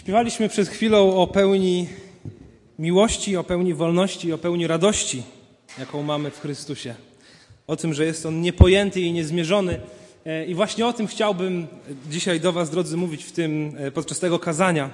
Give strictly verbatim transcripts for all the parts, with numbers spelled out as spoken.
Śpiewaliśmy przed chwilą o pełni miłości, o pełni wolności i o pełni radości, jaką mamy w Chrystusie. O tym, że jest On niepojęty i niezmierzony. I właśnie o tym chciałbym dzisiaj do was, drodzy, mówić w tym, podczas tego kazania.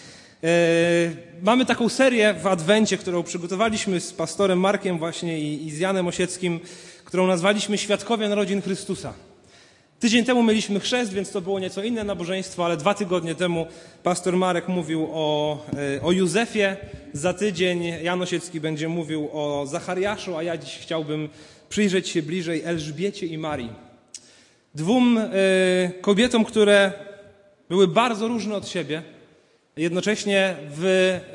Mamy taką serię w Adwencie, którą przygotowaliśmy z pastorem Markiem właśnie i, i z Janem Osieckim, którą nazwaliśmy Świadkowie Narodzin Chrystusa. Tydzień temu mieliśmy chrzest, więc to było nieco inne nabożeństwo, ale dwa tygodnie temu pastor Marek mówił o, o Józefie. Za tydzień Jan Osiecki będzie mówił o Zachariaszu, a ja dziś chciałbym przyjrzeć się bliżej Elżbiecie i Marii. Dwóm y, kobietom, które były bardzo różne od siebie, jednocześnie w,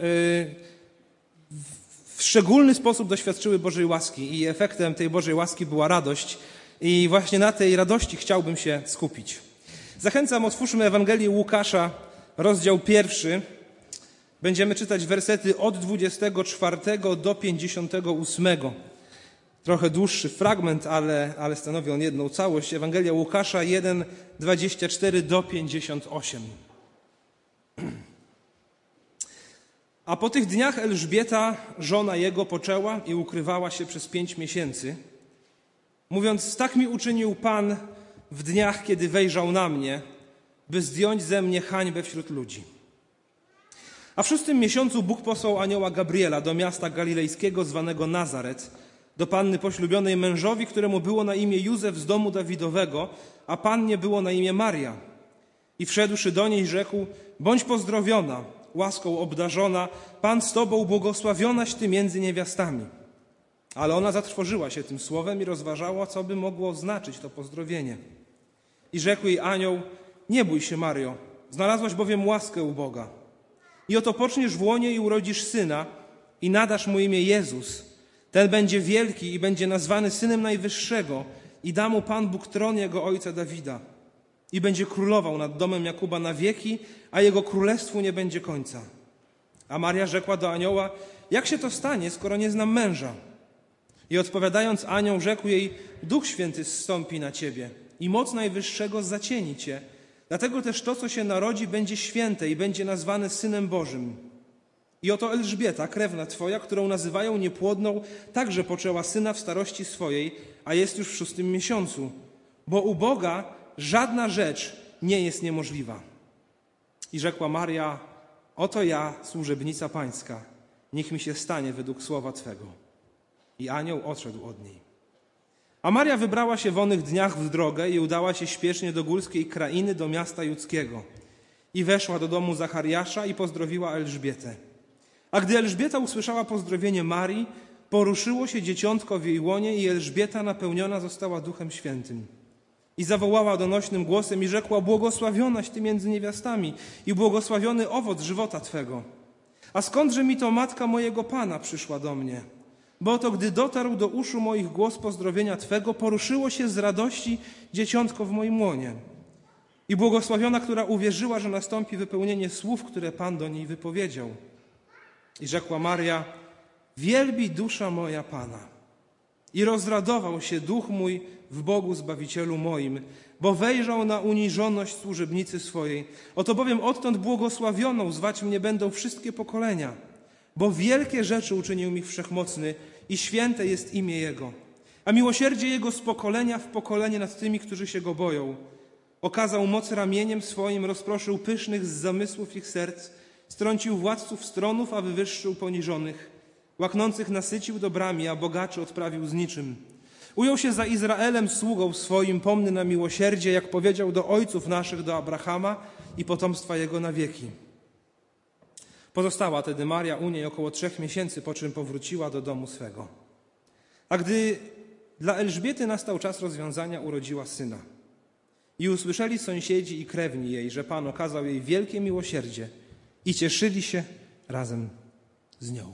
y, w szczególny sposób doświadczyły Bożej łaski i efektem tej Bożej łaski była radość. I właśnie na tej radości chciałbym się skupić. Zachęcam, otwórzmy Ewangelię Łukasza, rozdział pierwszy. Będziemy czytać wersety od dwudziestego czwartego do pięćdziesiątego ósmego. Trochę dłuższy fragment, ale, ale stanowi on jedną całość. Ewangelia Łukasza jeden, dwadzieścia cztery do pięćdziesiąt osiem. A po tych dniach Elżbieta, żona jego, poczęła i ukrywała się przez pięć miesięcy, mówiąc: tak mi uczynił Pan w dniach, kiedy wejrzał na mnie, by zdjąć ze mnie hańbę wśród ludzi. A w szóstym miesiącu Bóg posłał anioła Gabriela do miasta galilejskiego zwanego Nazaret, do panny poślubionej mężowi, któremu było na imię Józef z domu Dawidowego, a pannie było na imię Maria. I wszedłszy do niej, rzekł: bądź pozdrowiona, łaską obdarzona, Pan z tobą, błogosławionaś ty między niewiastami. Ale ona zatrwożyła się tym słowem i rozważała, co by mogło znaczyć to pozdrowienie. I rzekł jej anioł: nie bój się, Mario, znalazłaś bowiem łaskę u Boga. I oto poczniesz w łonie i urodzisz syna i nadasz mu imię Jezus. Ten będzie wielki i będzie nazwany Synem Najwyższego i da mu Pan Bóg tron jego ojca Dawida. I będzie królował nad domem Jakuba na wieki, a jego królestwu nie będzie końca. A Maria rzekła do anioła: jak się to stanie, skoro nie znam męża? I odpowiadając anioł rzekł jej: Duch Święty zstąpi na ciebie i moc Najwyższego zacieni cię. Dlatego też to, co się narodzi, będzie święte i będzie nazwane Synem Bożym. I oto Elżbieta, krewna twoja, którą nazywają niepłodną, także poczęła syna w starości swojej, a jest już w szóstym miesiącu. Bo u Boga żadna rzecz nie jest niemożliwa. I rzekła Maria: oto ja, służebnica Pańska, niech mi się stanie według słowa Twego. I anioł odszedł od niej. A Maria wybrała się w onych dniach w drogę i udała się śpiesznie do górskiej krainy, do miasta judzkiego. I weszła do domu Zachariasza i pozdrowiła Elżbietę. A gdy Elżbieta usłyszała pozdrowienie Marii, poruszyło się dzieciątko w jej łonie i Elżbieta napełniona została Duchem Świętym. I zawołała donośnym głosem i rzekła: błogosławionaś ty między niewiastami i błogosławiony owoc żywota Twego. A skądże mi to matka mojego Pana przyszła do mnie? Bo oto gdy dotarł do uszu moich głos pozdrowienia Twego, poruszyło się z radości dzieciątko w moim łonie. I błogosławiona, która uwierzyła, że nastąpi wypełnienie słów, które Pan do niej wypowiedział. I rzekła Maria: wielbi dusza moja Pana. I rozradował się duch mój w Bogu Zbawicielu moim, bo wejrzał na uniżoność służebnicy swojej. Oto bowiem odtąd błogosławioną zwać mnie będą wszystkie pokolenia, bo wielkie rzeczy uczynił mi Wszechmocny i święte jest imię Jego. A miłosierdzie Jego z pokolenia w pokolenie nad tymi, którzy się Go boją. Okazał moc ramieniem swoim, rozproszył pysznych z zamysłów ich serc, strącił władców stronów, a wywyższył poniżonych. Łaknących nasycił dobrami, a bogaczy odprawił z niczym. Ujął się za Izraelem sługą swoim, pomny na miłosierdzie, jak powiedział do ojców naszych, do Abrahama i potomstwa jego na wieki. Pozostała tedy Maria u niej około trzech miesięcy, po czym powróciła do domu swego. A gdy dla Elżbiety nastał czas rozwiązania, urodziła syna. I usłyszeli sąsiedzi i krewni jej, że Pan okazał jej wielkie miłosierdzie i cieszyli się razem z nią.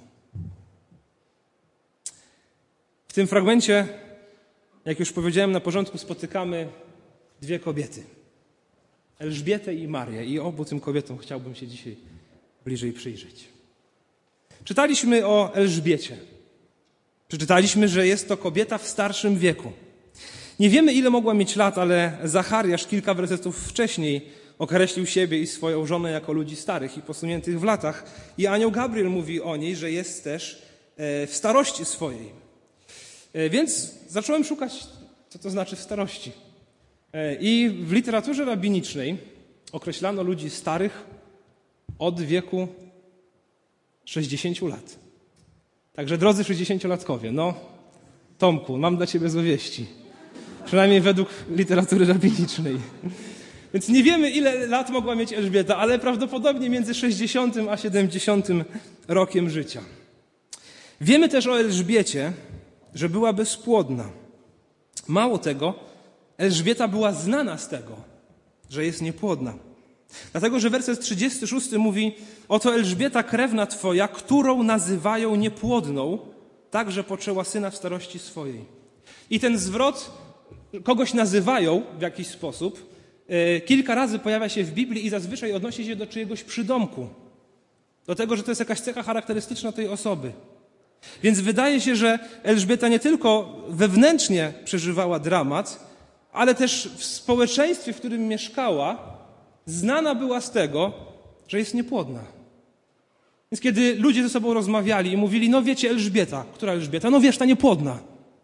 W tym fragmencie, jak już powiedziałem na początku, spotykamy dwie kobiety. Elżbietę i Marię. I obu tym kobietom chciałbym się dzisiaj bliżej przyjrzeć. Czytaliśmy o Elżbiecie. Przeczytaliśmy, że jest to kobieta w starszym wieku. Nie wiemy, ile mogła mieć lat, ale Zachariasz kilka wersetów wcześniej Określił siebie i swoją żonę jako ludzi starych i posuniętych w latach. I anioł Gabriel mówi o niej, że jest też w starości swojej. Więc zacząłem szukać, co to znaczy w starości. I w literaturze rabinicznej określano ludzi starych od wieku sześćdziesięciu lat. Także drodzy sześćdziesięciolatkowie, no Tomku, mam dla ciebie złe wieści. Przynajmniej według literatury rabinicznej. Więc nie wiemy, ile lat mogła mieć Elżbieta, ale prawdopodobnie między sześćdziesiątym a siedemdziesiątym rokiem życia. Wiemy też o Elżbiecie, że była bezpłodna. Mało tego, Elżbieta była znana z tego, że jest niepłodna. Dlatego, że werset trzydziesty szósty mówi: oto Elżbieta krewna twoja, którą nazywają niepłodną, także poczęła syna w starości swojej. I ten zwrot, kogoś nazywają w jakiś sposób, yy, kilka razy pojawia się w Biblii i zazwyczaj odnosi się do czyjegoś przydomku. Do tego, że to jest jakaś cecha charakterystyczna tej osoby. Więc wydaje się, że Elżbieta nie tylko wewnętrznie przeżywała dramat, ale też w społeczeństwie, w którym mieszkała, znana była z tego, że jest niepłodna. Więc kiedy ludzie ze sobą rozmawiali i mówili: no wiecie, Elżbieta, która Elżbieta? No wiesz, ta niepłodna.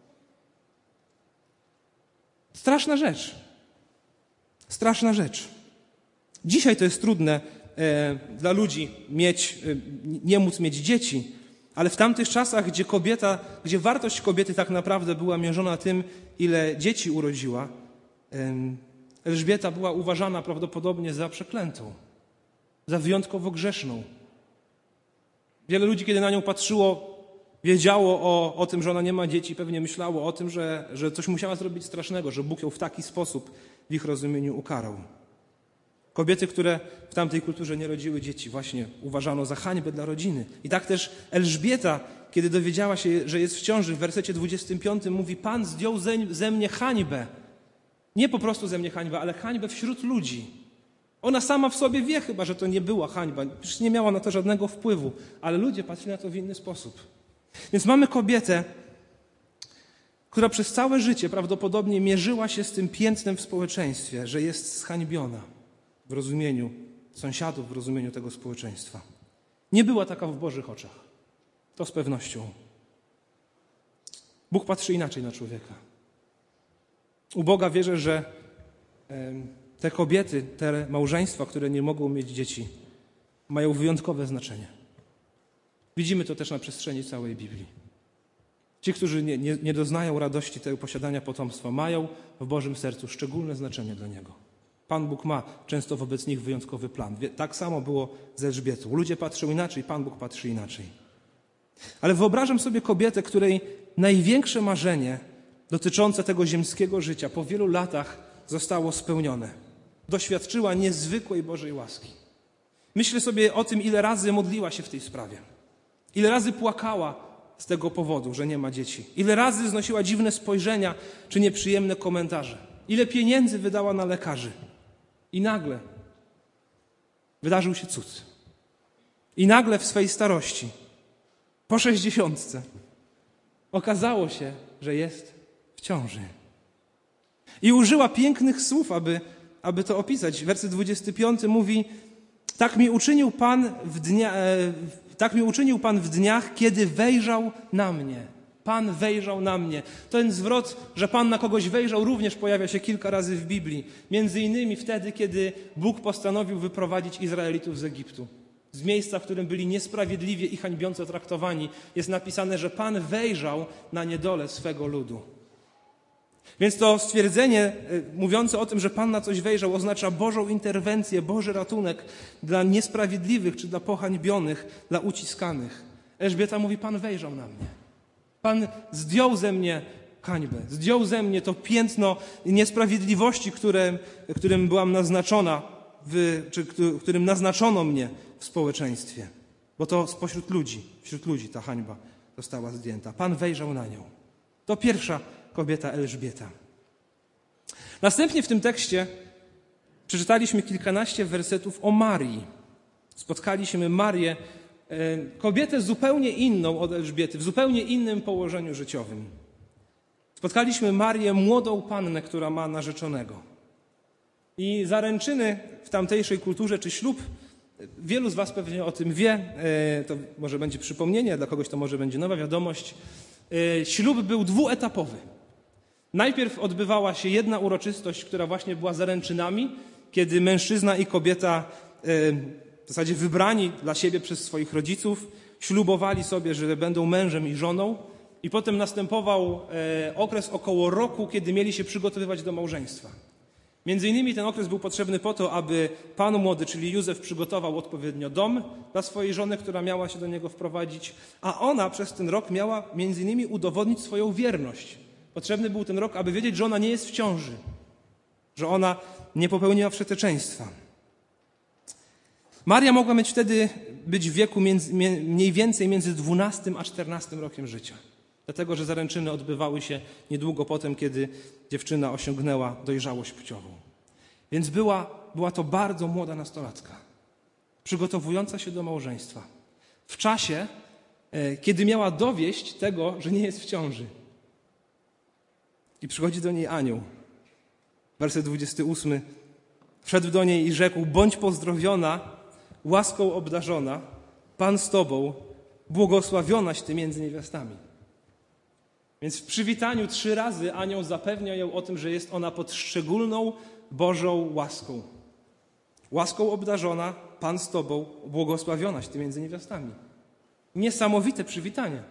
Straszna rzecz. Straszna rzecz. Dzisiaj to jest trudne e, dla ludzi mieć, e, nie móc mieć dzieci, ale w tamtych czasach, gdzie kobieta, gdzie wartość kobiety tak naprawdę była mierzona tym, ile dzieci urodziła, e, Elżbieta była uważana prawdopodobnie za przeklętą, za wyjątkowo grzeszną. Wiele ludzi, kiedy na nią patrzyło, wiedziało o, o tym, że ona nie ma dzieci, pewnie myślało o tym, że, że coś musiała zrobić strasznego, że Bóg ją w taki sposób w ich rozumieniu ukarał. Kobiety, które w tamtej kulturze nie rodziły dzieci, właśnie uważano za hańbę dla rodziny. I tak też Elżbieta, kiedy dowiedziała się, że jest w ciąży, w wersecie dwudziestym piątym mówi: Pan zdjął ze, ze mnie hańbę. Nie po prostu ze mnie hańbę, ale hańbę wśród ludzi. Ona sama w sobie wie chyba, że to nie była hańba. Przecież nie miała na to żadnego wpływu. Ale ludzie patrzyli na to w inny sposób. Więc mamy kobietę, która przez całe życie prawdopodobnie mierzyła się z tym piętnem w społeczeństwie, że jest zhańbiona w rozumieniu sąsiadów, w rozumieniu tego społeczeństwa. Nie była taka w Bożych oczach. To z pewnością. Bóg patrzy inaczej na człowieka. U Boga wierzę, że te kobiety, te małżeństwa, które nie mogą mieć dzieci, mają wyjątkowe znaczenie. Widzimy to też na przestrzeni całej Biblii. Ci, którzy nie, nie, nie doznają radości tego posiadania potomstwa, mają w Bożym sercu szczególne znaczenie dla Niego. Pan Bóg ma często wobec nich wyjątkowy plan. Tak samo było z Elżbietą. Ludzie patrzą inaczej, Pan Bóg patrzy inaczej. Ale wyobrażam sobie kobietę, której największe marzenie dotyczące tego ziemskiego życia po wielu latach zostało spełnione. Doświadczyła niezwykłej Bożej łaski. Myślę sobie o tym, ile razy modliła się w tej sprawie. Ile razy płakała z tego powodu, że nie ma dzieci. Ile razy znosiła dziwne spojrzenia czy nieprzyjemne komentarze. Ile pieniędzy wydała na lekarzy. I nagle wydarzył się cud. I nagle w swej starości, po sześćdziesiątce, okazało się, że jest w ciąży. I użyła pięknych słów, aby, aby to opisać. Werset dwudziesty piąty mówi: tak mi uczynił Pan w dnia, e, tak mi uczynił Pan w dniach, kiedy wejrzał na mnie. Pan wejrzał na mnie. Ten zwrot, że Pan na kogoś wejrzał, również pojawia się kilka razy w Biblii. Między innymi wtedy, kiedy Bóg postanowił wyprowadzić Izraelitów z Egiptu. Z miejsca, w którym byli niesprawiedliwie i hańbiąco traktowani, jest napisane, że Pan wejrzał na niedolę swego ludu. Więc to stwierdzenie mówiące o tym, że Pan na coś wejrzał, oznacza Bożą interwencję, Boży ratunek dla niesprawiedliwych czy dla pohańbionych, dla uciskanych. Elżbieta mówi: Pan wejrzał na mnie. Pan zdjął ze mnie hańbę, zdjął ze mnie to piętno niesprawiedliwości, którym, którym byłam naznaczona, w, czy którym naznaczono mnie w społeczeństwie. Bo to spośród ludzi, wśród ludzi ta hańba została zdjęta. Pan wejrzał na nią. To pierwsza kobieta Elżbieta. Następnie w tym tekście przeczytaliśmy kilkanaście wersetów o Marii. Spotkaliśmy Marię, kobietę zupełnie inną od Elżbiety, w zupełnie innym położeniu życiowym. Spotkaliśmy Marię, młodą pannę, która ma narzeczonego. I zaręczyny w tamtejszej kulturze, czy ślub, wielu z was pewnie o tym wie, to może będzie przypomnienie, dla kogoś to może będzie nowa wiadomość. Ślub był dwuetapowy. Najpierw odbywała się jedna uroczystość, która właśnie była zaręczynami, kiedy mężczyzna i kobieta, w zasadzie wybrani dla siebie przez swoich rodziców, ślubowali sobie, że będą mężem i żoną, i potem następował okres około roku, kiedy mieli się przygotowywać do małżeństwa. Między innymi ten okres był potrzebny po to, aby pan młody, czyli Józef, przygotował odpowiednio dom dla swojej żony, która miała się do niego wprowadzić, a ona przez ten rok miała między innymi udowodnić swoją wierność. Potrzebny był ten rok, aby wiedzieć, że ona nie jest w ciąży, że ona nie popełniła przeteczeństwa. Maria mogła mieć wtedy być w wieku między, mniej więcej między dwunastym a czternastym rokiem życia. Dlatego, że zaręczyny odbywały się niedługo potem, kiedy dziewczyna osiągnęła dojrzałość płciową. Więc była, była to bardzo młoda nastolatka, przygotowująca się do małżeństwa. W czasie, kiedy miała dowieść tego, że nie jest w ciąży. I przychodzi do niej anioł. Werset dwudziesty ósmy. Wszedł do niej i rzekł: bądź pozdrowiona, łaską obdarzona, Pan z tobą, błogosławionaś ty między niewiastami. Więc w przywitaniu trzy razy anioł zapewnia ją o tym, że jest ona pod szczególną Bożą łaską. Łaską obdarzona, Pan z tobą, błogosławionaś ty między niewiastami. Niesamowite przywitanie.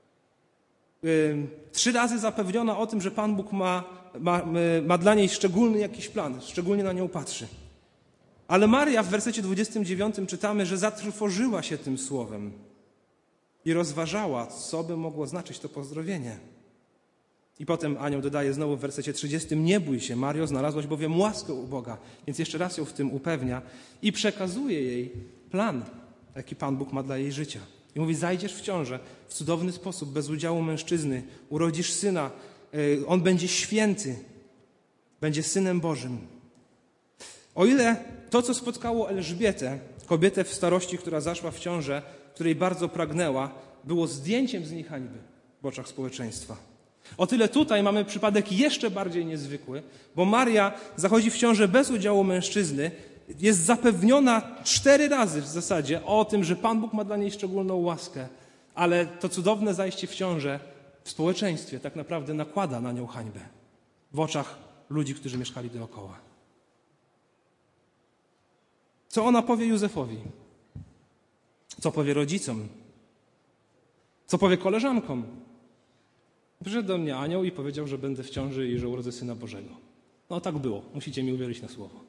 Trzy razy zapewniona o tym, że Pan Bóg ma, ma, ma dla niej szczególny jakiś plan, szczególnie na nią patrzy. Ale Maria w wersecie dwudziestym dziewiątym czytamy, że zatrwożyła się tym słowem i rozważała, co by mogło znaczyć to pozdrowienie. I potem anioł dodaje znowu w wersecie trzydziestym: nie bój się, Mario, znalazłaś bowiem łaskę u Boga. Więc jeszcze raz ją w tym upewnia i przekazuje jej plan, jaki Pan Bóg ma dla jej życia. I mówi: zajdziesz w ciążę w cudowny sposób, bez udziału mężczyzny, urodzisz syna, on będzie święty, będzie Synem Bożym. O ile to, co spotkało Elżbietę, kobietę w starości, która zaszła w ciążę, której bardzo pragnęła, było zdjęciem z niej hańby w oczach społeczeństwa. O tyle tutaj mamy przypadek jeszcze bardziej niezwykły, bo Maria zachodzi w ciążę bez udziału mężczyzny, jest zapewniona cztery razy w zasadzie o tym, że Pan Bóg ma dla niej szczególną łaskę, ale to cudowne zajście w ciążę w społeczeństwie tak naprawdę nakłada na nią hańbę w oczach ludzi, którzy mieszkali dookoła. Co ona powie Józefowi? Co powie rodzicom? Co powie koleżankom? Przyszedł do mnie anioł i powiedział, że będę w ciąży i że urodzę Syna Bożego. No tak było. Musicie mi uwierzyć na słowo.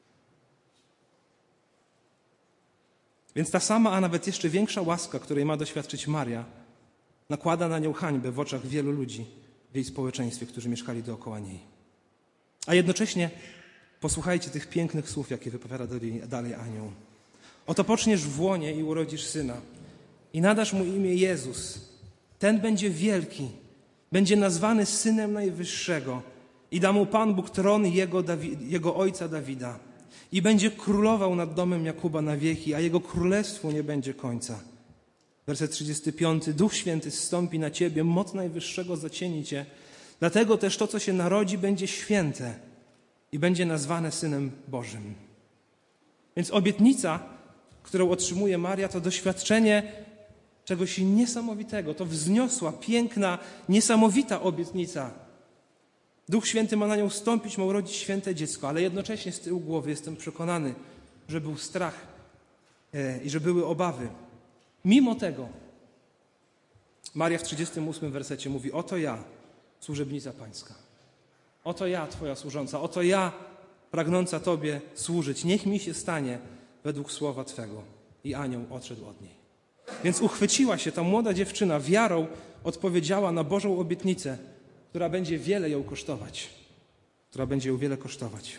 Więc ta sama, a nawet jeszcze większa łaska, której ma doświadczyć Maria, nakłada na nią hańbę w oczach wielu ludzi w jej społeczeństwie, którzy mieszkali dookoła niej. A jednocześnie posłuchajcie tych pięknych słów, jakie wypowiada dalej anioł. Oto poczniesz w łonie i urodzisz syna i nadasz mu imię Jezus. Ten będzie wielki, będzie nazwany Synem Najwyższego i da mu Pan Bóg tron jego, Dawi- jego ojca Dawida i będzie królował nad domem Jakuba na wieki, a jego królestwu nie będzie końca. Werset trzydziesty piąty. Duch Święty zstąpi na ciebie, moc Najwyższego zacieni cię, dlatego też to, co się narodzi, będzie święte i będzie nazwane Synem Bożym. Więc obietnica, którą otrzymuje Maria, to doświadczenie czegoś niesamowitego. To wzniosła, piękna, niesamowita obietnica. Duch Święty ma na nią stąpić, ma urodzić święte dziecko, ale jednocześnie z tyłu głowy jestem przekonany, że był strach i że były obawy. Mimo tego Maria w trzydziestym ósmym wersecie mówi: oto ja, służebnica Pańska. Oto ja, Twoja służąca. Oto ja, pragnąca Tobie służyć. Niech mi się stanie według słowa Twego. I anioł odszedł od niej. Więc uchwyciła się ta młoda dziewczyna, wiarą odpowiedziała na Bożą obietnicę, która będzie wiele ją kosztować. Która będzie ją wiele kosztować.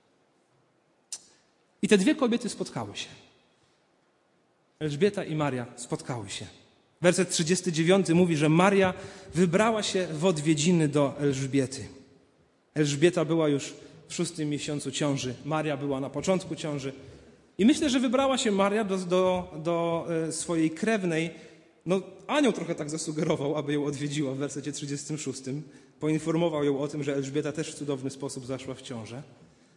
I te dwie kobiety spotkały się. Elżbieta i Maria spotkały się. Werset trzydziesty dziewiąty mówi, że Maria wybrała się w odwiedziny do Elżbiety. Elżbieta była już w szóstym miesiącu ciąży. Maria była na początku ciąży. I myślę, że wybrała się Maria do, do, do swojej krewnej. No, anioł trochę tak zasugerował, aby ją odwiedziła w wersecie trzydziestym szóstym. Poinformował ją o tym, że Elżbieta też w cudowny sposób zaszła w ciążę.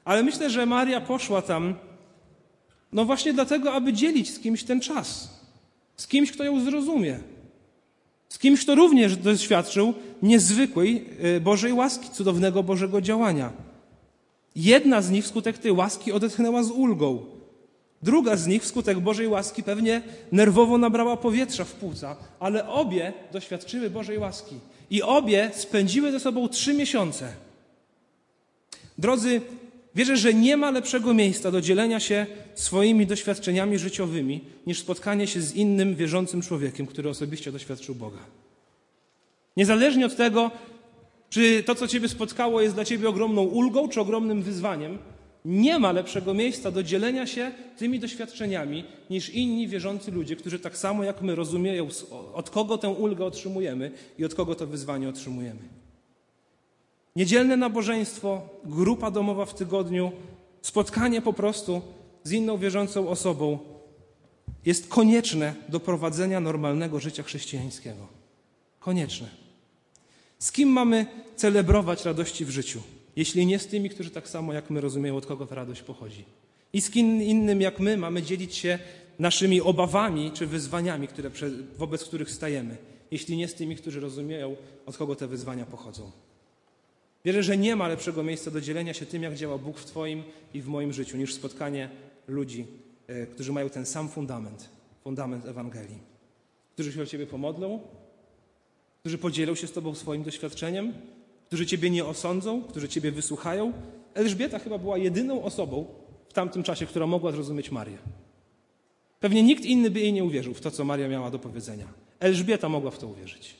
Ale myślę, że Maria poszła tam no właśnie dlatego, aby dzielić z kimś ten czas. Z kimś, kto ją zrozumie. Z kimś, kto również doświadczył niezwykłej Bożej łaski, cudownego Bożego działania. Jedna z nich wskutek tej łaski odetchnęła z ulgą. Druga z nich wskutek Bożej łaski pewnie nerwowo nabrała powietrza w płuca, ale obie doświadczyły Bożej łaski. I obie spędziły ze sobą trzy miesiące. Drodzy, wierzę, że nie ma lepszego miejsca do dzielenia się swoimi doświadczeniami życiowymi, niż spotkanie się z innym wierzącym człowiekiem, który osobiście doświadczył Boga. Niezależnie od tego, czy to, co ciebie spotkało, jest dla ciebie ogromną ulgą, czy ogromnym wyzwaniem, nie ma lepszego miejsca do dzielenia się tymi doświadczeniami, niż inni wierzący ludzie, którzy tak samo jak my rozumieją, od kogo tę ulgę otrzymujemy i od kogo to wyzwanie otrzymujemy. Niedzielne nabożeństwo, grupa domowa w tygodniu, spotkanie po prostu z inną wierzącą osobą jest konieczne do prowadzenia normalnego życia chrześcijańskiego. Konieczne. Z kim mamy celebrować radości w życiu, jeśli nie z tymi, którzy tak samo jak my rozumieją, od kogo ta radość pochodzi? I z kim innym jak my mamy dzielić się naszymi obawami czy wyzwaniami, które, wobec których stajemy, jeśli nie z tymi, którzy rozumieją, od kogo te wyzwania pochodzą? Wierzę, że nie ma lepszego miejsca do dzielenia się tym, jak działa Bóg w twoim i w moim życiu, niż spotkanie ludzi, którzy mają ten sam fundament, fundament Ewangelii, którzy się o ciebie pomodlą, którzy podzielą się z tobą swoim doświadczeniem, którzy ciebie nie osądzą, którzy ciebie wysłuchają. Elżbieta chyba była jedyną osobą w tamtym czasie, która mogła zrozumieć Marię. Pewnie nikt inny by jej nie uwierzył w to, co Maria miała do powiedzenia. Elżbieta mogła w to uwierzyć.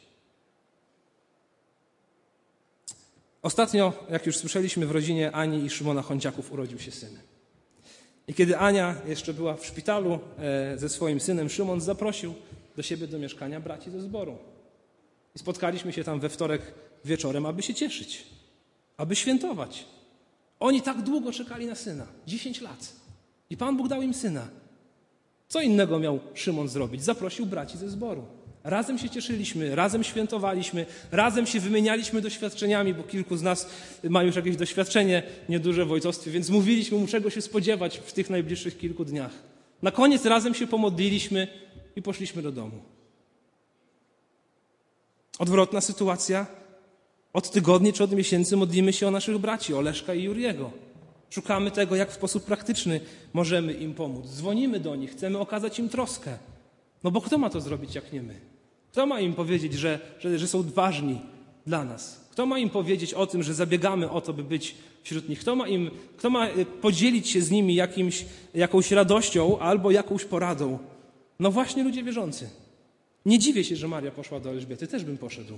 Ostatnio, jak już słyszeliśmy, w rodzinie Ani i Szymona Chądziaków urodził się syn. I kiedy Ania jeszcze była w szpitalu ze swoim synem, Szymon zaprosił do siebie do mieszkania braci ze zboru. I spotkaliśmy się tam we wtorek wieczorem, aby się cieszyć, aby świętować. Oni tak długo czekali na syna, dziesięć lat. I Pan Bóg dał im syna. Co innego miał Szymon zrobić? Zaprosił braci ze zboru. Razem się cieszyliśmy, razem świętowaliśmy, razem się wymienialiśmy doświadczeniami, bo kilku z nas ma już jakieś doświadczenie nieduże w ojcostwie, więc mówiliśmy mu, czego się spodziewać w tych najbliższych kilku dniach. Na koniec razem się pomodliliśmy i poszliśmy do domu. Odwrotna sytuacja. Od tygodni czy od miesięcy modlimy się o naszych braci, o Leszka i Juriego. Szukamy tego, jak w sposób praktyczny możemy im pomóc. Dzwonimy do nich, chcemy okazać im troskę. No bo kto ma to zrobić, jak nie my? Kto ma im powiedzieć, że, że, że są ważni dla nas? Kto ma im powiedzieć o tym, że zabiegamy o to, by być wśród nich? Kto ma, im, kto ma podzielić się z nimi jakimś, jakąś radością albo jakąś poradą? No właśnie ludzie wierzący. Nie dziwię się, że Maria poszła do Elżbiety, też bym poszedł.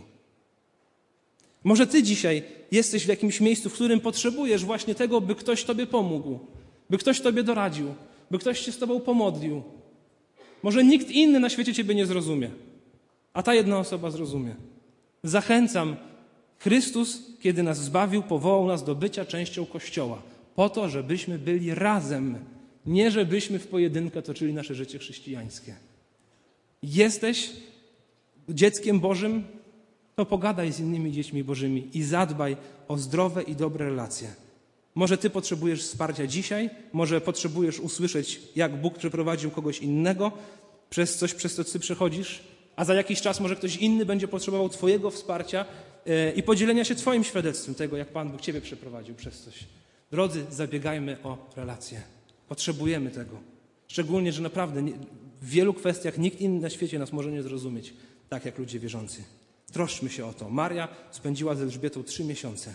Może ty dzisiaj jesteś w jakimś miejscu, w którym potrzebujesz właśnie tego, by ktoś tobie pomógł, by ktoś tobie doradził, by ktoś się z tobą pomodlił. Może nikt inny na świecie ciebie nie zrozumie, a ta jedna osoba zrozumie. Zachęcam, Chrystus, kiedy nas zbawił, powołał nas do bycia częścią Kościoła, po to, żebyśmy byli razem, nie żebyśmy w pojedynkę toczyli nasze życie chrześcijańskie. Jesteś dzieckiem Bożym, to pogadaj z innymi dziećmi Bożymi i zadbaj o zdrowe i dobre relacje. Może ty potrzebujesz wsparcia dzisiaj, może potrzebujesz usłyszeć, jak Bóg przeprowadził kogoś innego przez coś, przez co ty przechodzisz, a za jakiś czas może ktoś inny będzie potrzebował twojego wsparcia i podzielenia się twoim świadectwem tego, jak Pan Bóg ciebie przeprowadził przez coś. Drodzy, zabiegajmy o relacje. Potrzebujemy tego. Szczególnie, że naprawdę w wielu kwestiach nikt inny na świecie nas może nie zrozumieć, tak jak ludzie wierzący. Troszczmy się o to. Maria spędziła z Elżbietą trzy miesiące.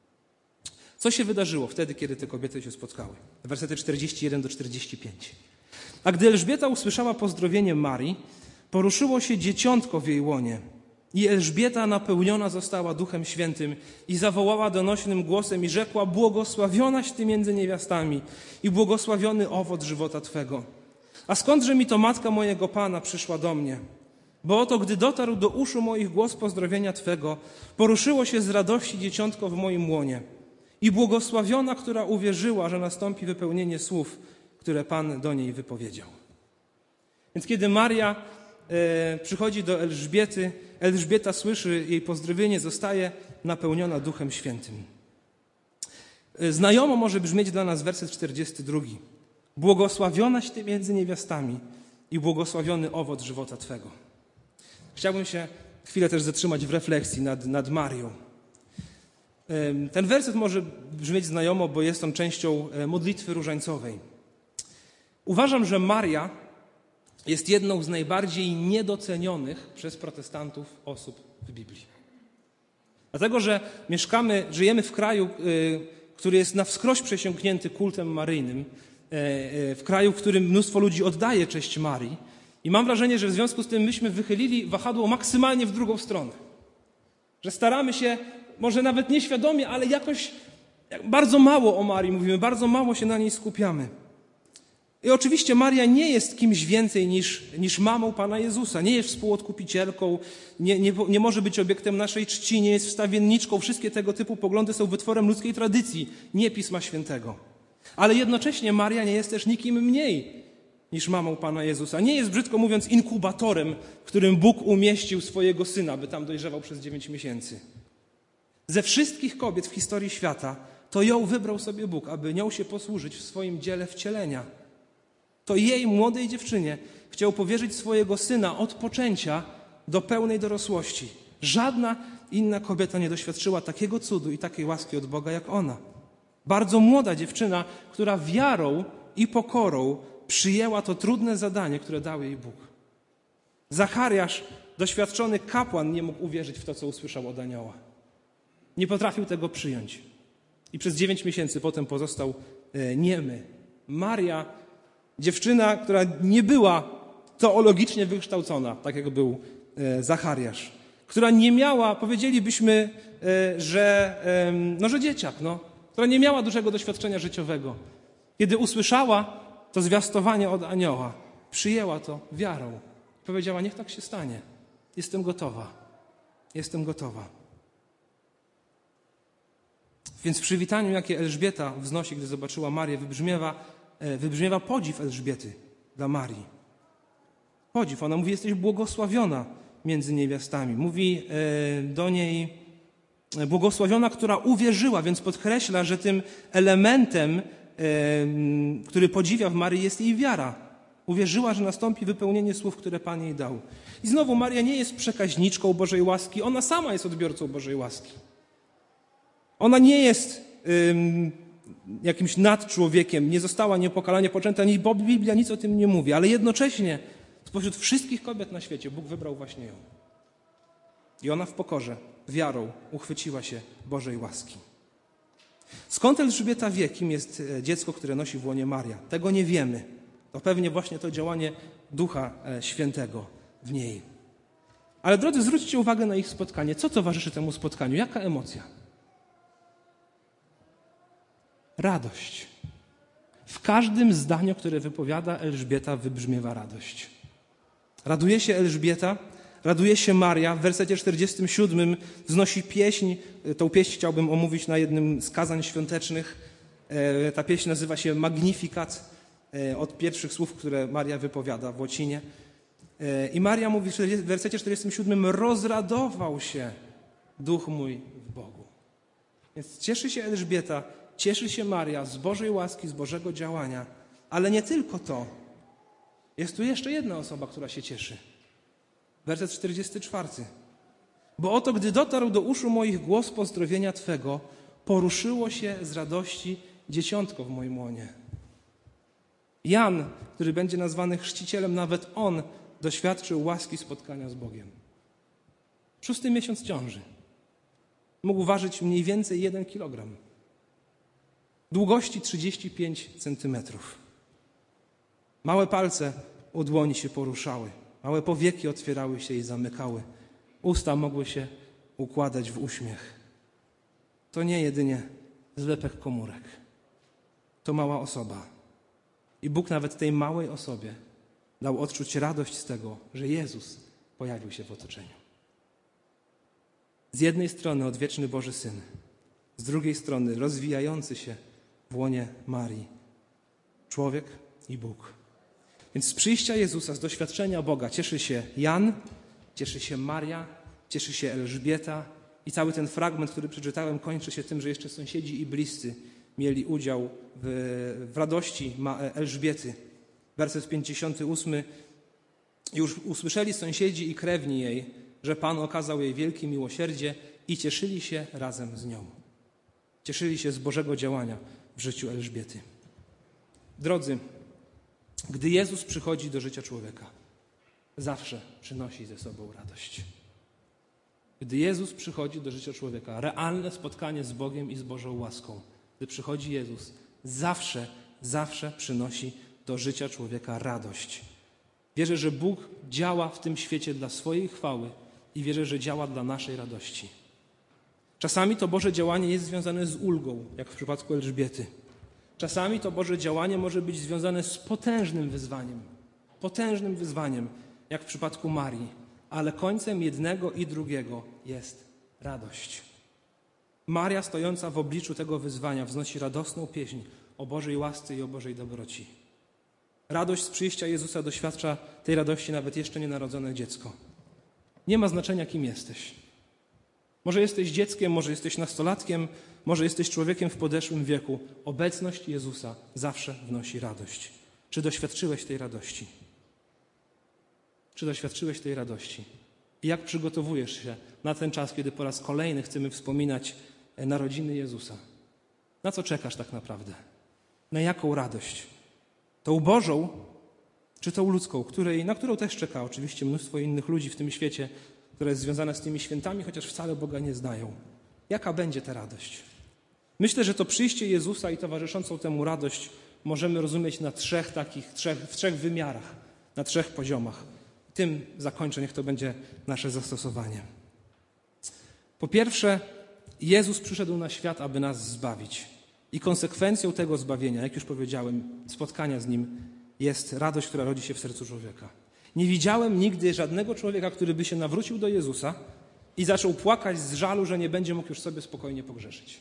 Co się wydarzyło wtedy, kiedy te kobiety się spotkały? Wersety czterdzieści jeden do czterdziestu pięciu. A gdy Elżbieta usłyszała pozdrowienie Marii, poruszyło się dzieciątko w jej łonie. I Elżbieta napełniona została Duchem Świętym i zawołała donośnym głosem i rzekła: błogosławionaś ty między niewiastami i błogosławiony owoc żywota twego. A skądże mi to matka mojego Pana przyszła do mnie? Bo oto, gdy dotarł do uszu moich głos pozdrowienia twego, poruszyło się z radości dzieciątko w moim łonie. I błogosławiona, która uwierzyła, że nastąpi wypełnienie słów, które Pan do niej wypowiedział. Więc kiedy Maria e, przychodzi do Elżbiety, Elżbieta słyszy jej pozdrowienie, zostaje napełniona Duchem Świętym. Znajomo może brzmieć dla nas werset czterdziesty drugi. Błogosławionaś Ty między niewiastami i błogosławiony owoc żywota Twego. Chciałbym się chwilę też zatrzymać w refleksji nad, nad Marią. Ten werset może brzmieć znajomo, bo jest on częścią modlitwy różańcowej. Uważam, że Maria jest jedną z najbardziej niedocenionych przez protestantów osób w Biblii. Dlatego, że mieszkamy, żyjemy w kraju, który jest na wskroś przesiąknięty kultem maryjnym, w kraju, w którym mnóstwo ludzi oddaje cześć Marii. I mam wrażenie, że w związku z tym myśmy wychylili wahadło maksymalnie w drugą stronę. Że staramy się, może nawet nieświadomie, ale jakoś bardzo mało o Marii mówimy, bardzo mało się na niej skupiamy. I oczywiście Maria nie jest kimś więcej niż, niż mamą Pana Jezusa. Nie jest współodkupicielką, nie, nie, nie może być obiektem naszej czci, nie jest wstawienniczką. Wszystkie tego typu poglądy są wytworem ludzkiej tradycji, nie Pisma Świętego. Ale jednocześnie Maria nie jest też nikim mniej niż mamą Pana Jezusa. Nie jest, brzydko mówiąc, inkubatorem, w którym Bóg umieścił swojego Syna, by tam dojrzewał przez dziewięć miesięcy. Ze wszystkich kobiet w historii świata to ją wybrał sobie Bóg, aby nią się posłużyć w swoim dziele wcielenia. To jej, młodej dziewczynie, chciał powierzyć swojego Syna od poczęcia do pełnej dorosłości. Żadna inna kobieta nie doświadczyła takiego cudu i takiej łaski od Boga jak ona. Bardzo młoda dziewczyna, która wiarą i pokorą przyjęła to trudne zadanie, które dał jej Bóg. Zachariasz, doświadczony kapłan, nie mógł uwierzyć w to, co usłyszał od anioła. Nie potrafił tego przyjąć. I przez dziewięć miesięcy potem pozostał e, niemy. Maria, dziewczyna, która nie była teologicznie wykształcona, tak jak był e, Zachariasz, która nie miała, powiedzielibyśmy, e, że, e, no, że dzieciak, no, która nie miała dużego doświadczenia życiowego. Kiedy usłyszała to zwiastowanie od anioła, przyjęła to wiarą. Powiedziała, niech tak się stanie. Jestem gotowa. Jestem gotowa. Więc w przywitaniu, jakie Elżbieta wznosi, gdy zobaczyła Marię, wybrzmiewa, wybrzmiewa podziw Elżbiety dla Marii. Podziw. Ona mówi, jesteś błogosławiona między niewiastami. Mówi do niej błogosławiona, która uwierzyła, więc podkreśla, że tym elementem, który podziwia w Marii, jest jej wiara. Uwierzyła, że nastąpi wypełnienie słów, które Pan jej dał. I znowu Maria nie jest przekaźniczką Bożej łaski, ona sama jest odbiorcą Bożej łaski. Ona nie jest ym, jakimś nadczłowiekiem, nie została niepokalanie poczęta, ni Biblia nic o tym nie mówi, ale jednocześnie spośród wszystkich kobiet na świecie Bóg wybrał właśnie ją. I ona w pokorze, wiarą uchwyciła się Bożej łaski. Skąd Elżbieta wie, kim jest dziecko, które nosi w łonie Maria? Tego nie wiemy. To pewnie właśnie to działanie Ducha Świętego w niej. Ale drodzy, zwróćcie uwagę na ich spotkanie. Co towarzyszy temu spotkaniu? Jaka emocja? Radość. W każdym zdaniu, które wypowiada Elżbieta, wybrzmiewa radość. Raduje się Elżbieta, raduje się Maria. W wersecie czterdziestym siódmym wznosi pieśń. Tą pieśń chciałbym omówić na jednym z kazań świątecznych. Ta pieśń nazywa się Magnificat, od pierwszych słów, które Maria wypowiada w łocinie. I Maria mówi w wersecie czterdziestym siódmym: rozradował się duch mój w Bogu. Więc cieszy się Elżbieta, cieszy się Maria z Bożej łaski, z Bożego działania. Ale nie tylko to. Jest tu jeszcze jedna osoba, która się cieszy. Werset czterdziesty czwarty. Bo oto, gdy dotarł do uszu moich głos pozdrowienia Twego, poruszyło się z radości dzieciątko w moim łonie. Jan, który będzie nazwany chrzcicielem, nawet on doświadczył łaski spotkania z Bogiem. Szósty miesiąc ciąży. Mógł ważyć mniej więcej jeden kilogram. Długości trzydzieści pięć centymetrów. Małe palce u dłoni się poruszały. Małe powieki otwierały się i zamykały. Usta mogły się układać w uśmiech. To nie jedynie zlepek komórek. To mała osoba. I Bóg nawet tej małej osobie dał odczuć radość z tego, że Jezus pojawił się w otoczeniu. Z jednej strony odwieczny Boży Syn, z drugiej strony rozwijający się w łonie Marii człowiek i Bóg. Więc z przyjścia Jezusa, z doświadczenia Boga cieszy się Jan, cieszy się Maria, cieszy się Elżbieta i cały ten fragment, który przeczytałem, kończy się tym, że jeszcze sąsiedzi i bliscy mieli udział w, w radości Elżbiety. Werset pięćdziesiąty ósmy. Już usłyszeli sąsiedzi i krewni jej, że Pan okazał jej wielkie miłosierdzie i cieszyli się razem z nią. Cieszyli się z Bożego działania w życiu Elżbiety. Drodzy, gdy Jezus przychodzi do życia człowieka, zawsze przynosi ze sobą radość. Gdy Jezus przychodzi do życia człowieka, realne spotkanie z Bogiem i z Bożą łaską, gdy przychodzi Jezus, zawsze, zawsze przynosi do życia człowieka radość. Wierzę, że Bóg działa w tym świecie dla swojej chwały i wierzę, że działa dla naszej radości. Czasami to Boże działanie jest związane z ulgą, jak w przypadku Elżbiety. Czasami to Boże działanie może być związane z potężnym wyzwaniem. Potężnym wyzwaniem, jak w przypadku Marii. Ale końcem jednego i drugiego jest radość. Maria, stojąca w obliczu tego wyzwania, wznosi radosną pieśń o Bożej łasce i o Bożej dobroci. Radość z przyjścia Jezusa doświadcza tej radości nawet jeszcze nienarodzone dziecko. Nie ma znaczenia, kim jesteś. Może jesteś dzieckiem, może jesteś nastolatkiem, może jesteś człowiekiem w podeszłym wieku. Obecność Jezusa zawsze wnosi radość. Czy doświadczyłeś tej radości? Czy doświadczyłeś tej radości? I jak przygotowujesz się na ten czas, kiedy po raz kolejny chcemy wspominać narodziny Jezusa? Na co czekasz tak naprawdę? Na jaką radość? Tą Bożą, czy tą ludzką, której, na którą też czeka oczywiście mnóstwo innych ludzi w tym świecie, które jest związane z tymi świętami, chociaż wcale Boga nie znają. Jaka będzie ta radość? Myślę, że to przyjście Jezusa i towarzyszącą temu radość możemy rozumieć na trzech takich, trzech, w trzech wymiarach, na trzech poziomach. Tym zakończę, niech to będzie nasze zastosowanie. Po pierwsze, Jezus przyszedł na świat, aby nas zbawić. I konsekwencją tego zbawienia, jak już powiedziałem, spotkania z Nim, jest radość, która rodzi się w sercu człowieka. Nie widziałem nigdy żadnego człowieka, który by się nawrócił do Jezusa i zaczął płakać z żalu, że nie będzie mógł już sobie spokojnie pogrzeszyć.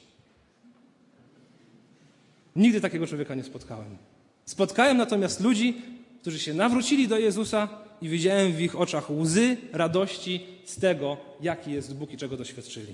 Nigdy takiego człowieka nie spotkałem. Spotkałem natomiast ludzi, którzy się nawrócili do Jezusa i widziałem w ich oczach łzy radości z tego, jaki jest Bóg i czego doświadczyli.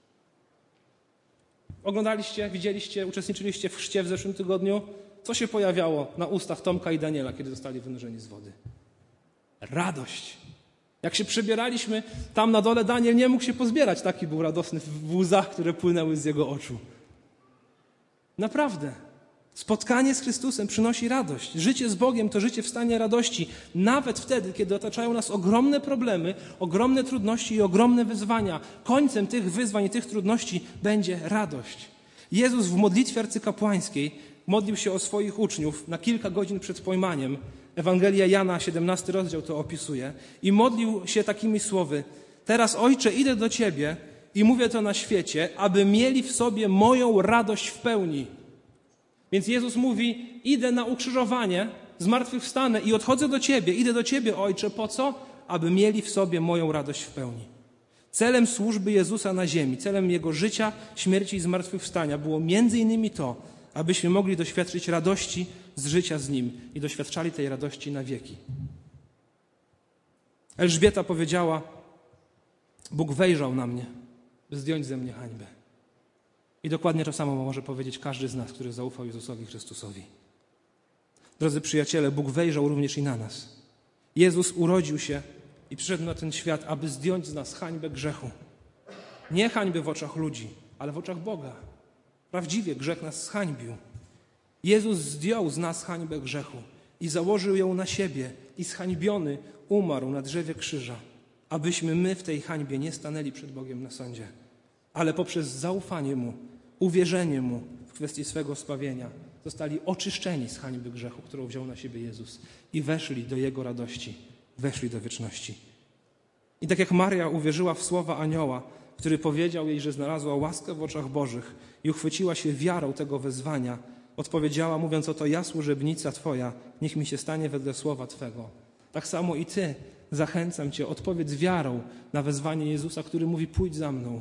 Oglądaliście, widzieliście, uczestniczyliście w chrzcie w zeszłym tygodniu? Co się pojawiało na ustach Tomka i Daniela, kiedy zostali wynurzeni z wody? Radość. Jak się przebieraliśmy tam na dole, Daniel nie mógł się pozbierać. Taki był radosny w łzach, które płynęły z jego oczu. Naprawdę. Spotkanie z Chrystusem przynosi radość. Życie z Bogiem to życie w stanie radości. Nawet wtedy, kiedy otaczają nas ogromne problemy, ogromne trudności i ogromne wyzwania. Końcem tych wyzwań i tych trudności będzie radość. Jezus w modlitwie arcykapłańskiej modlił się o swoich uczniów na kilka godzin przed pojmaniem. Ewangelia Jana, siedemnasty rozdział to opisuje. I modlił się takimi słowy: teraz, Ojcze, idę do Ciebie i mówię to na świecie, aby mieli w sobie moją radość w pełni. Więc Jezus mówi: idę na ukrzyżowanie, zmartwychwstanę i odchodzę do Ciebie. Idę do Ciebie, Ojcze, po co? Aby mieli w sobie moją radość w pełni. Celem służby Jezusa na ziemi, celem Jego życia, śmierci i zmartwychwstania było między innymi to, abyśmy mogli doświadczyć radości z życia z Nim i doświadczali tej radości na wieki. Elżbieta powiedziała: Bóg wejrzał na mnie, by zdjąć ze mnie hańbę. I dokładnie to samo może powiedzieć każdy z nas, który zaufał Jezusowi Chrystusowi. Drodzy przyjaciele, Bóg wejrzał również i na nas. Jezus urodził się i przyszedł na ten świat, aby zdjąć z nas hańbę grzechu. Nie hańbę w oczach ludzi, ale w oczach Boga. Prawdziwie grzech nas zhańbił. Jezus zdjął z nas hańbę grzechu i założył ją na siebie i zhańbiony umarł na drzewie krzyża, abyśmy my w tej hańbie nie stanęli przed Bogiem na sądzie, ale poprzez zaufanie Mu, uwierzenie Mu w kwestii swego zbawienia zostali oczyszczeni z hańby grzechu, którą wziął na siebie Jezus i weszli do Jego radości, weszli do wieczności. I tak jak Maria uwierzyła w słowa anioła, który powiedział jej, że znalazła łaskę w oczach Bożych i uchwyciła się wiarą tego wezwania, odpowiedziała, mówiąc: oto ja, służebnica Twoja, niech mi się stanie wedle słowa Twego. Tak samo i Ty, zachęcam Cię, odpowiedz wiarą na wezwanie Jezusa, który mówi: pójdź za mną.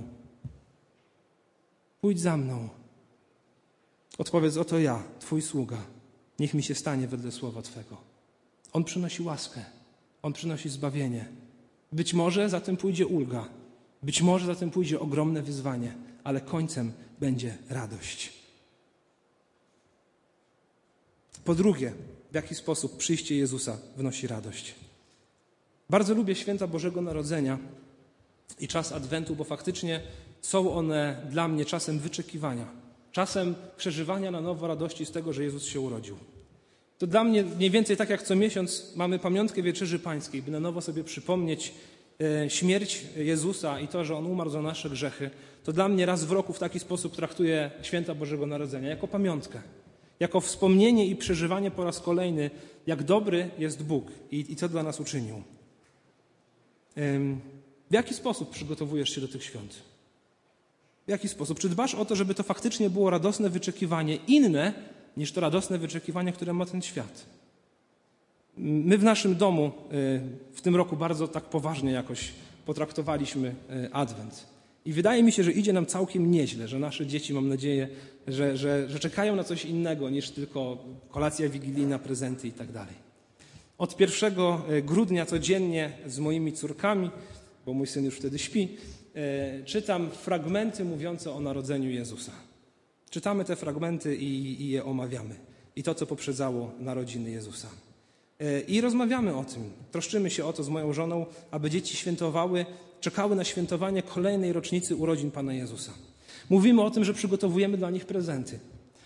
Pójdź za mną. Odpowiedz: oto ja, Twój sługa, niech mi się stanie wedle słowa Twego. On przynosi łaskę, On przynosi zbawienie. Być może za tym pójdzie ulga, być może za tym pójdzie ogromne wyzwanie, ale końcem będzie radość. Po drugie, w jaki sposób przyjście Jezusa wnosi radość. Bardzo lubię święta Bożego Narodzenia i czas Adwentu, bo faktycznie są one dla mnie czasem wyczekiwania, czasem przeżywania na nowo radości z tego, że Jezus się urodził. To dla mnie mniej więcej tak jak co miesiąc mamy pamiątkę Wieczerzy Pańskiej, by na nowo sobie przypomnieć e, śmierć Jezusa i to, że On umarł za nasze grzechy. To dla mnie raz w roku w taki sposób traktuję święta Bożego Narodzenia, jako pamiątkę, jako wspomnienie i przeżywanie po raz kolejny, jak dobry jest Bóg i, i co dla nas uczynił. W jaki sposób przygotowujesz się do tych świąt? W jaki sposób? Czy dbasz o to, żeby to faktycznie było radosne wyczekiwanie, inne niż to radosne wyczekiwanie, które ma ten świat? My w naszym domu w tym roku bardzo tak poważnie jakoś potraktowaliśmy Adwent. I wydaje mi się, że idzie nam całkiem nieźle, że nasze dzieci, mam nadzieję, że, że, że czekają na coś innego niż tylko kolacja wigilijna, prezenty i tak dalej. Od pierwszego grudnia codziennie z moimi córkami, bo mój syn już wtedy śpi, czytam fragmenty mówiące o narodzeniu Jezusa. Czytamy te fragmenty i, i je omawiamy. I to, co poprzedzało narodziny Jezusa. I rozmawiamy o tym. Troszczymy się o to z moją żoną, aby dzieci świętowały, czekały na świętowanie kolejnej rocznicy urodzin Pana Jezusa. Mówimy o tym, że przygotowujemy dla nich prezenty.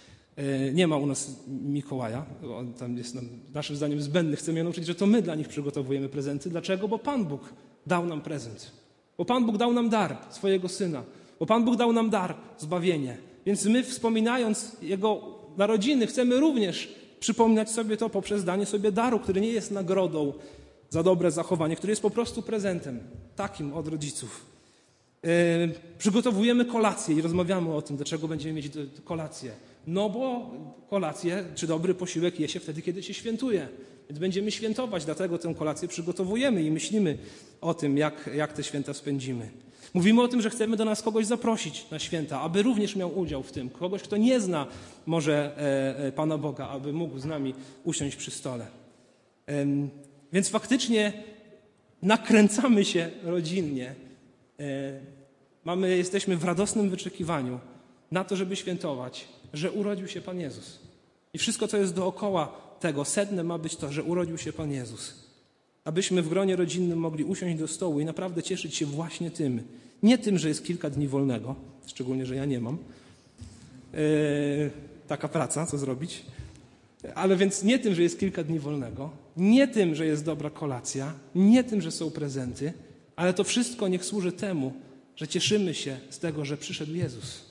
Nie ma u nas Mikołaja, on tam jest nam, naszym zdaniem zbędny. Chcemy je nauczyć, że to my dla nich przygotowujemy prezenty. Dlaczego? Bo Pan Bóg dał nam prezent. Bo Pan Bóg dał nam dar swojego Syna. Bo Pan Bóg dał nam dar, zbawienie. Więc my, wspominając Jego narodziny, chcemy również przypominać sobie to poprzez danie sobie daru, który nie jest nagrodą za dobre zachowanie, który jest po prostu prezentem, takim od rodziców. Yy, przygotowujemy kolację i rozmawiamy o tym, dlaczego będziemy mieć kolację. No bo kolację, czy dobry posiłek je się wtedy, kiedy się świętuje. Więc będziemy świętować, dlatego tę kolację przygotowujemy i myślimy o tym, jak, jak te święta spędzimy. Mówimy o tym, że chcemy do nas kogoś zaprosić na święta, aby również miał udział w tym. Kogoś, kto nie zna może e, e, Pana Boga, aby mógł z nami usiąść przy stole. E, więc faktycznie nakręcamy się rodzinnie. E, mamy, jesteśmy w radosnym wyczekiwaniu na to, żeby świętować, że urodził się Pan Jezus. I wszystko, co jest dookoła tego, sednem ma być to, że urodził się Pan Jezus. Abyśmy w gronie rodzinnym mogli usiąść do stołu i naprawdę cieszyć się właśnie tym. Nie tym, że jest kilka dni wolnego, szczególnie, że ja nie mam. Yy, taka praca, co zrobić. Ale więc nie tym, że jest kilka dni wolnego, nie tym, że jest dobra kolacja, nie tym, że są prezenty, ale to wszystko niech służy temu, że cieszymy się z tego, że przyszedł Jezus.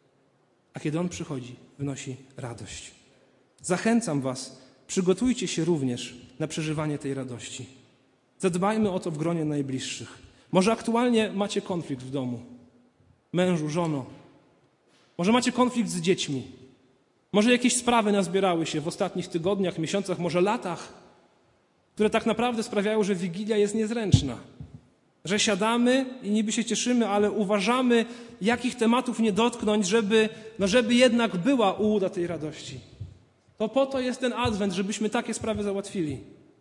A kiedy On przychodzi, wynosi radość. Zachęcam was, przygotujcie się również na przeżywanie tej radości. Zadbajmy o to w gronie najbliższych. Może aktualnie macie konflikt w domu. Mężu, żono. Może macie konflikt z dziećmi. Może jakieś sprawy nazbierały się w ostatnich tygodniach, miesiącach, może latach, które tak naprawdę sprawiają, że Wigilia jest niezręczna. Że siadamy i niby się cieszymy, ale uważamy, jakich tematów nie dotknąć, żeby, no żeby jednak była ułuda tej radości. To po to jest ten Adwent, żebyśmy takie sprawy załatwili.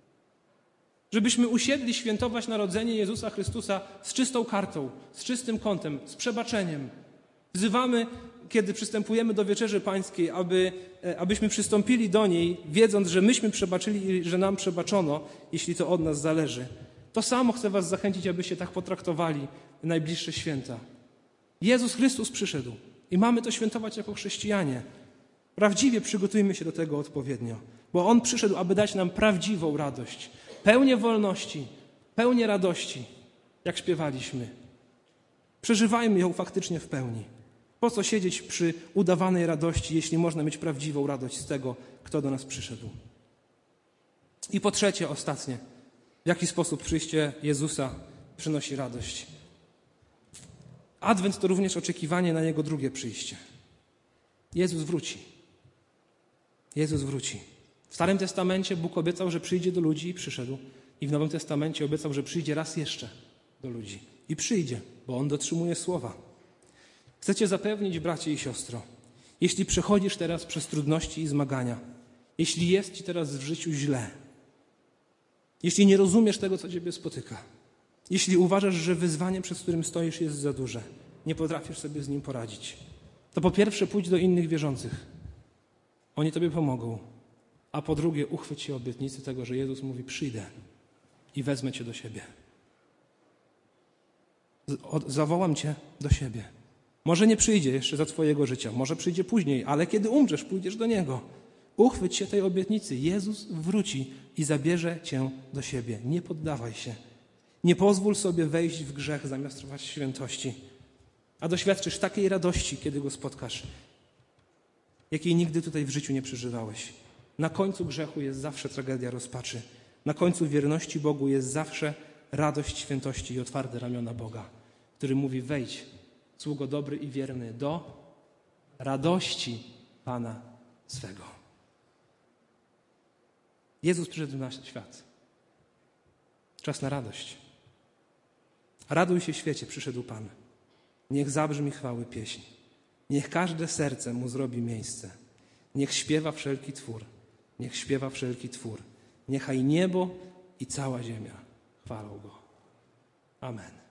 Żebyśmy usiedli świętować narodzenie Jezusa Chrystusa z czystą kartą, z czystym kątem, z przebaczeniem. Wzywamy, kiedy przystępujemy do Wieczerzy Pańskiej, aby, abyśmy przystąpili do niej, wiedząc, że myśmy przebaczyli i że nam przebaczono, jeśli to od nas zależy. To samo chcę was zachęcić, abyście tak potraktowali najbliższe święta. Jezus Chrystus przyszedł i mamy to świętować jako chrześcijanie. Prawdziwie przygotujmy się do tego odpowiednio, bo On przyszedł, aby dać nam prawdziwą radość, pełnię wolności, pełnię radości, jak śpiewaliśmy. Przeżywajmy ją faktycznie w pełni. Po co siedzieć przy udawanej radości, jeśli można mieć prawdziwą radość z tego, kto do nas przyszedł? I po trzecie, ostatnie, w jaki sposób przyjście Jezusa przynosi radość? Adwent to również oczekiwanie na Jego drugie przyjście. Jezus wróci. Jezus wróci. W Starym Testamencie Bóg obiecał, że przyjdzie do ludzi i przyszedł. I w Nowym Testamencie obiecał, że przyjdzie raz jeszcze do ludzi. I przyjdzie, bo On dotrzymuje słowa. Chcę cię zapewnić, bracie i siostro, jeśli przechodzisz teraz przez trudności i zmagania, jeśli jest ci teraz w życiu źle, jeśli nie rozumiesz tego, co ciebie spotyka, jeśli uważasz, że wyzwanie, przed którym stoisz, jest za duże, nie potrafisz sobie z nim poradzić, to po pierwsze pójdź do innych wierzących. Oni tobie pomogą. A po drugie, uchwyć się obietnicy tego, że Jezus mówi: przyjdę i wezmę cię do siebie. Zawołam cię do siebie. Może nie przyjdzie jeszcze za twojego życia, może przyjdzie później, ale kiedy umrzesz, pójdziesz do Niego. Uchwyć się tej obietnicy. Jezus wróci i zabierze cię do siebie. Nie poddawaj się. Nie pozwól sobie wejść w grzech zamiast trwać w świętości. A doświadczysz takiej radości, kiedy Go spotkasz, jakiej nigdy tutaj w życiu nie przeżywałeś. Na końcu grzechu jest zawsze tragedia rozpaczy. Na końcu wierności Bogu jest zawsze radość świętości i otwarte ramiona Boga, który mówi: wejdź, sługo dobry i wierny, do radości Pana swego. Jezus przyszedł na świat. Czas na radość. Raduj się, świecie, przyszedł Pan. Niech zabrzmi chwały pieśń. Niech każde serce Mu zrobi miejsce. Niech śpiewa wszelki twór. Niech śpiewa wszelki twór. Niechaj niebo i cała ziemia chwalą Go. Amen.